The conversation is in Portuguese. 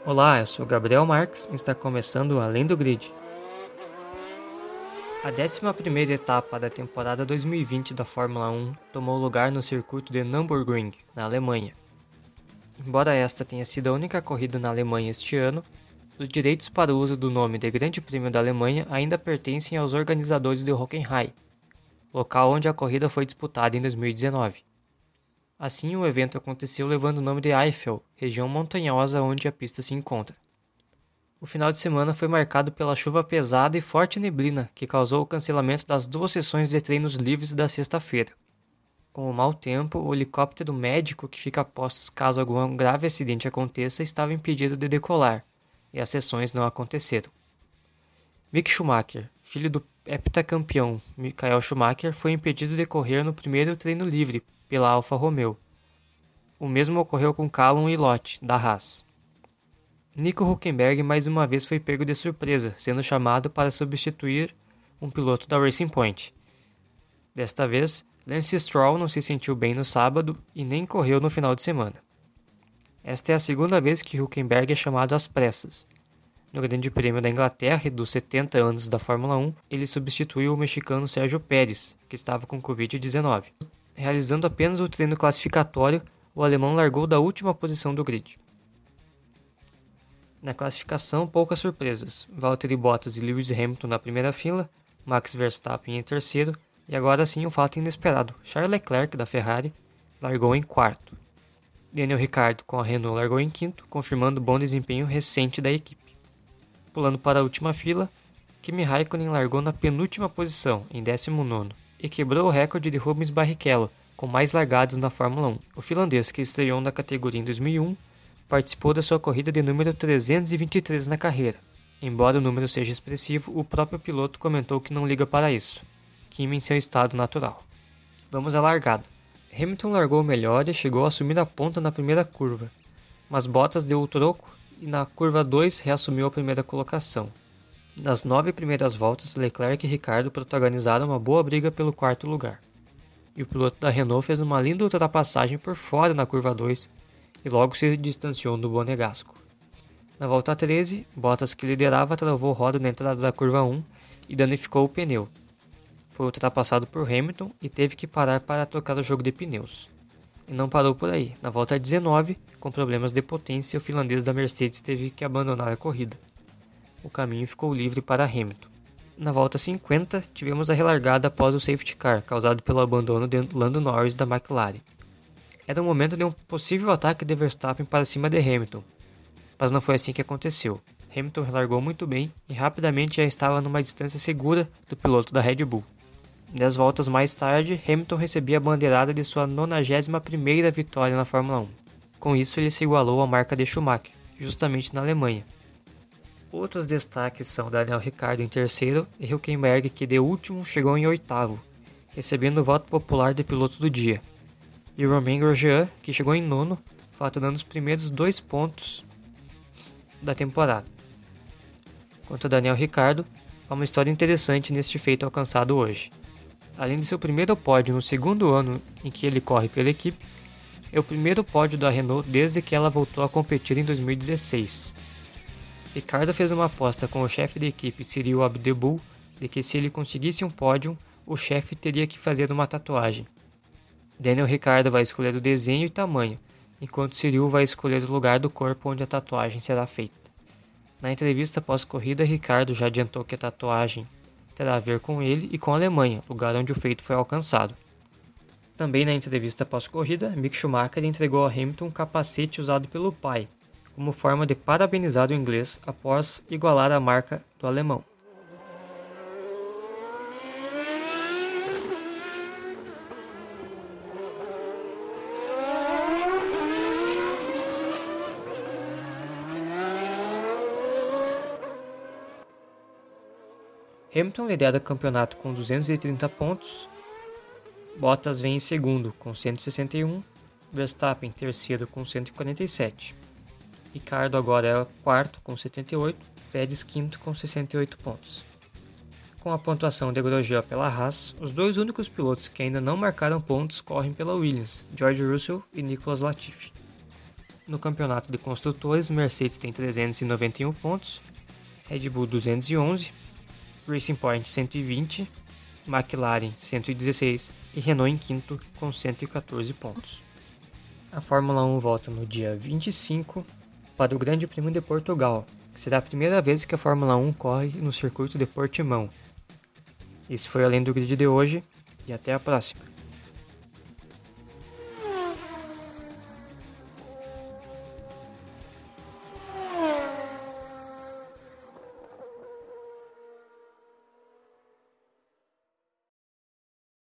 Olá, eu sou Gabriel Marques e está começando Além do Grid. A 11ª etapa da temporada 2020 da Fórmula 1 tomou lugar no circuito de Nürburgring, na Alemanha. Embora esta tenha sido a única corrida na Alemanha este ano, os direitos para o uso do nome de Grande Prêmio da Alemanha ainda pertencem aos organizadores de Hockenheim, local onde a corrida foi disputada em 2019. Assim, o evento aconteceu levando o nome de Eifel, região montanhosa onde a pista se encontra. O final de semana foi marcado pela chuva pesada e forte neblina, que causou o cancelamento das 2 sessões de treinos livres da sexta-feira. Com o mau tempo, o helicóptero médico que fica a postos caso algum grave acidente aconteça estava impedido de decolar, e as sessões não aconteceram. Mick Schumacher, filho do heptacampeão Michael Schumacher, foi impedido de correr no primeiro treino livre pela Alfa Romeo. O mesmo ocorreu com Callum Ilott, da Haas. Nico Hülkenberg mais uma vez foi pego de surpresa, sendo chamado para substituir um piloto da Racing Point. Desta vez, Lance Stroll não se sentiu bem no sábado e nem correu no final de semana. Esta é a segunda vez que Hülkenberg é chamado às pressas. No Grande Prêmio da Inglaterra dos 70 anos da Fórmula 1, ele substituiu o mexicano Sérgio Pérez, que estava com Covid-19. Realizando apenas o treino classificatório, o alemão largou da última posição do grid. Na classificação, poucas surpresas. Valtteri Bottas e Lewis Hamilton na primeira fila, Max Verstappen em terceiro, e agora sim um fato inesperado. Charles Leclerc, da Ferrari, largou em quarto. Daniel Ricciardo, com a Renault, largou em quinto, confirmando o bom desempenho recente da equipe. Pulando para a última fila, Kimi Raikkonen largou na penúltima posição, em 19º, e quebrou o recorde de Rubens Barrichello, com mais largadas na Fórmula 1. O finlandês, que estreou na categoria em 2001, participou da sua corrida de número 323 na carreira. Embora o número seja expressivo, o próprio piloto comentou que não liga para isso. Kimi em seu estado natural. Vamos à largada. Hamilton largou melhor e chegou a assumir a ponta na primeira curva, mas Bottas deu o troco e na curva 2 reassumiu a primeira colocação. Nas 9 primeiras voltas, Leclerc e Ricciardo protagonizaram uma boa briga pelo quarto lugar. E o piloto da Renault fez uma linda ultrapassagem por fora na curva 2 e logo se distanciou do Monegasco. Na volta 13, Bottas, que liderava, travou roda na entrada da curva 1 e danificou o pneu. Foi ultrapassado por Hamilton e teve que parar para trocar o jogo de pneus. E não parou por aí. Na volta 19, com problemas de potência, o finlandês da Mercedes teve que abandonar a corrida. O caminho ficou livre para Hamilton. Na volta 50, tivemos a relargada após o safety car, causado pelo abandono de Lando Norris da McLaren. Era o momento de um possível ataque de Verstappen para cima de Hamilton, mas não foi assim que aconteceu. Hamilton relargou muito bem e rapidamente já estava numa distância segura do piloto da Red Bull. 10 voltas mais tarde, Hamilton recebia a bandeirada de sua 91ª vitória na Fórmula 1. Com isso, ele se igualou à marca de Schumacher, justamente na Alemanha. Outros destaques são Daniel Ricciardo em terceiro e Hülkenberg, que de último chegou em oitavo, recebendo o voto popular de piloto do dia. E Romain Grosjean, que chegou em nono, faturando os primeiros 2 pontos da temporada. Quanto a Daniel Ricciardo, há uma história interessante neste feito alcançado hoje. Além de seu primeiro pódio no segundo ano em que ele corre pela equipe, é o primeiro pódio da Renault desde que ela voltou a competir em 2016. Ricciardo fez uma aposta com o chefe de equipe Cyril Abiteboul de que se ele conseguisse um pódio, o chefe teria que fazer uma tatuagem. Daniel Ricciardo vai escolher o desenho e tamanho, enquanto Cyril vai escolher o lugar do corpo onde a tatuagem será feita. Na entrevista pós-corrida, Ricciardo já adiantou que a tatuagem terá a ver com ele e com a Alemanha, lugar onde o feito foi alcançado. Também na entrevista pós-corrida, Mick Schumacher entregou a Hamilton um capacete usado pelo pai, como forma de parabenizar o inglês após igualar a marca do alemão. Hamilton lidera o campeonato com 230 pontos, Bottas vem em segundo com 161, Verstappen em terceiro com 147. Ricciardo agora é quarto com 78, Pérez quinto com 68 pontos. Com a pontuação de Grosjean pela Haas, os 2 únicos pilotos que ainda não marcaram pontos correm pela Williams, George Russell e Nicolas Latifi. No campeonato de construtores, Mercedes tem 391 pontos, Red Bull 211, Racing Point 120, McLaren 116 e Renault em quinto com 114 pontos. A Fórmula 1 volta no dia 25 para o Grande Prêmio de Portugal, que será a primeira vez que a Fórmula 1 corre no circuito de Portimão. Esse foi Além do Grid de hoje e até a próxima.